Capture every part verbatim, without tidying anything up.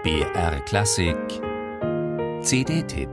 B R Klassik C D-Tipp.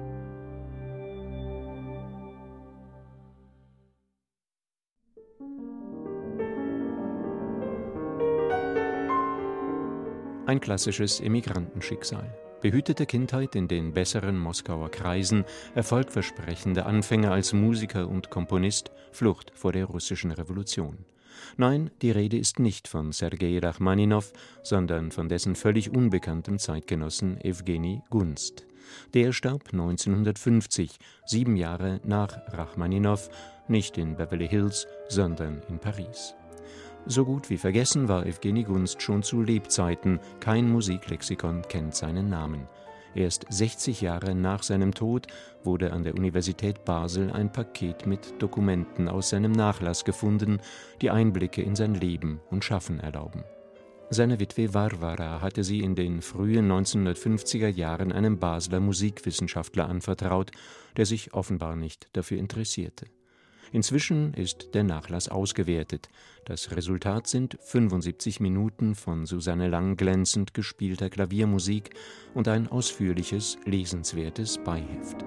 Ein klassisches Emigrantenschicksal. Behütete Kindheit in den besseren Moskauer Kreisen, erfolgversprechende Anfänge als Musiker und Komponist, Flucht vor der russischen Revolution. Nein, die Rede ist nicht von Sergei Rachmaninow, sondern von dessen völlig unbekanntem Zeitgenossen Ewgeni Gunst. Der starb neunzehnhundertfünfzig, sieben Jahre nach Rachmaninow, nicht in Beverly Hills, sondern in Paris. So gut wie vergessen war Ewgeni Gunst schon zu Lebzeiten, kein Musiklexikon kennt seinen Namen. Erst sechzig Jahre nach seinem Tod wurde an der Universität Basel ein Paket mit Dokumenten aus seinem Nachlass gefunden, die Einblicke in sein Leben und Schaffen erlauben. Seine Witwe Warwara hatte sie in den frühen neunzehnhundertfünfziger Jahren einem Basler Musikwissenschaftler anvertraut, der sich offenbar nicht dafür interessierte. Inzwischen ist der Nachlass ausgewertet. Das Resultat sind fünfundsiebzig Minuten von Susanne Lang glänzend gespielter Klaviermusik und ein ausführliches, lesenswertes Beiheft.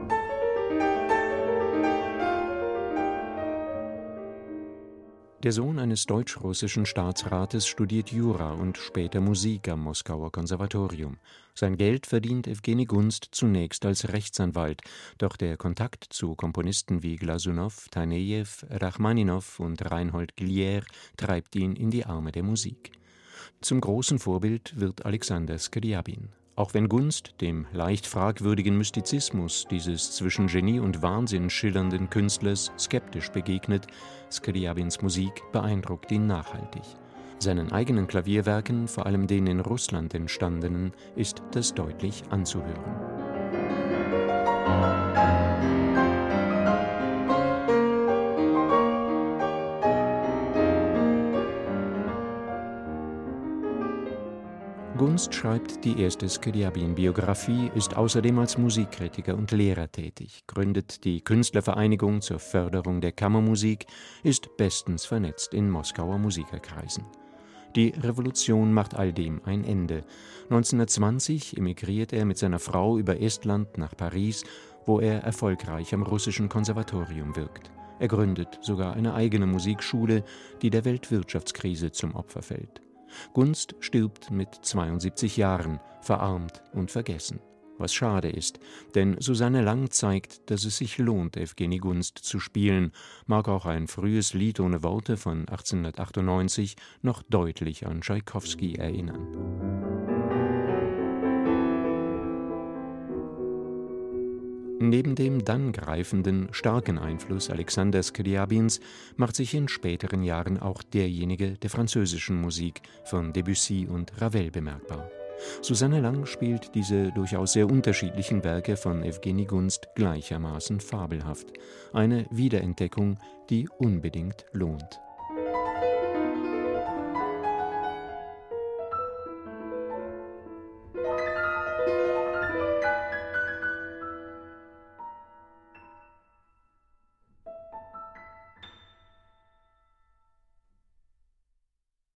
Der Sohn eines deutsch-russischen Staatsrates studiert Jura und später Musik am Moskauer Konservatorium. Sein Geld verdient Ewgeni Gunst zunächst als Rechtsanwalt, doch der Kontakt zu Komponisten wie Glasunow, Tanejew, Rachmaninow und Reinhold Glier treibt ihn in die Arme der Musik. Zum großen Vorbild wird Alexander Skrjabin. Auch wenn Gunst dem leicht fragwürdigen Mystizismus dieses zwischen Genie und Wahnsinn schillernden Künstlers skeptisch begegnet, Skrjabins Musik beeindruckt ihn nachhaltig. Seinen eigenen Klavierwerken, vor allem den in Russland entstandenen, ist das deutlich anzuhören. Gunst schreibt die erste Skrjabin-Biografie, ist außerdem als Musikkritiker und Lehrer tätig, gründet die Künstlervereinigung zur Förderung der Kammermusik, ist bestens vernetzt in Moskauer Musikerkreisen. Die Revolution macht all dem ein Ende. neunzehnhundertzwanzig emigriert er mit seiner Frau über Estland nach Paris, wo er erfolgreich am russischen Konservatorium wirkt. Er gründet sogar eine eigene Musikschule, die der Weltwirtschaftskrise zum Opfer fällt. Gunst stirbt mit zweiundsiebzig Jahren, verarmt und vergessen. Was schade ist, denn Susanne Lang zeigt, dass es sich lohnt, Ewgeni Gunst zu spielen, mag auch ein frühes Lied ohne Worte von achtzehnhundertachtundneunzig noch deutlich an Tschaikowski erinnern. Neben dem dann greifenden, starken Einfluss Alexander Skrjabins macht sich in späteren Jahren auch derjenige der französischen Musik von Debussy und Ravel bemerkbar. Susanne Lang spielt diese durchaus sehr unterschiedlichen Werke von Ewgeni Gunst gleichermaßen fabelhaft. Eine Wiederentdeckung, die unbedingt lohnt.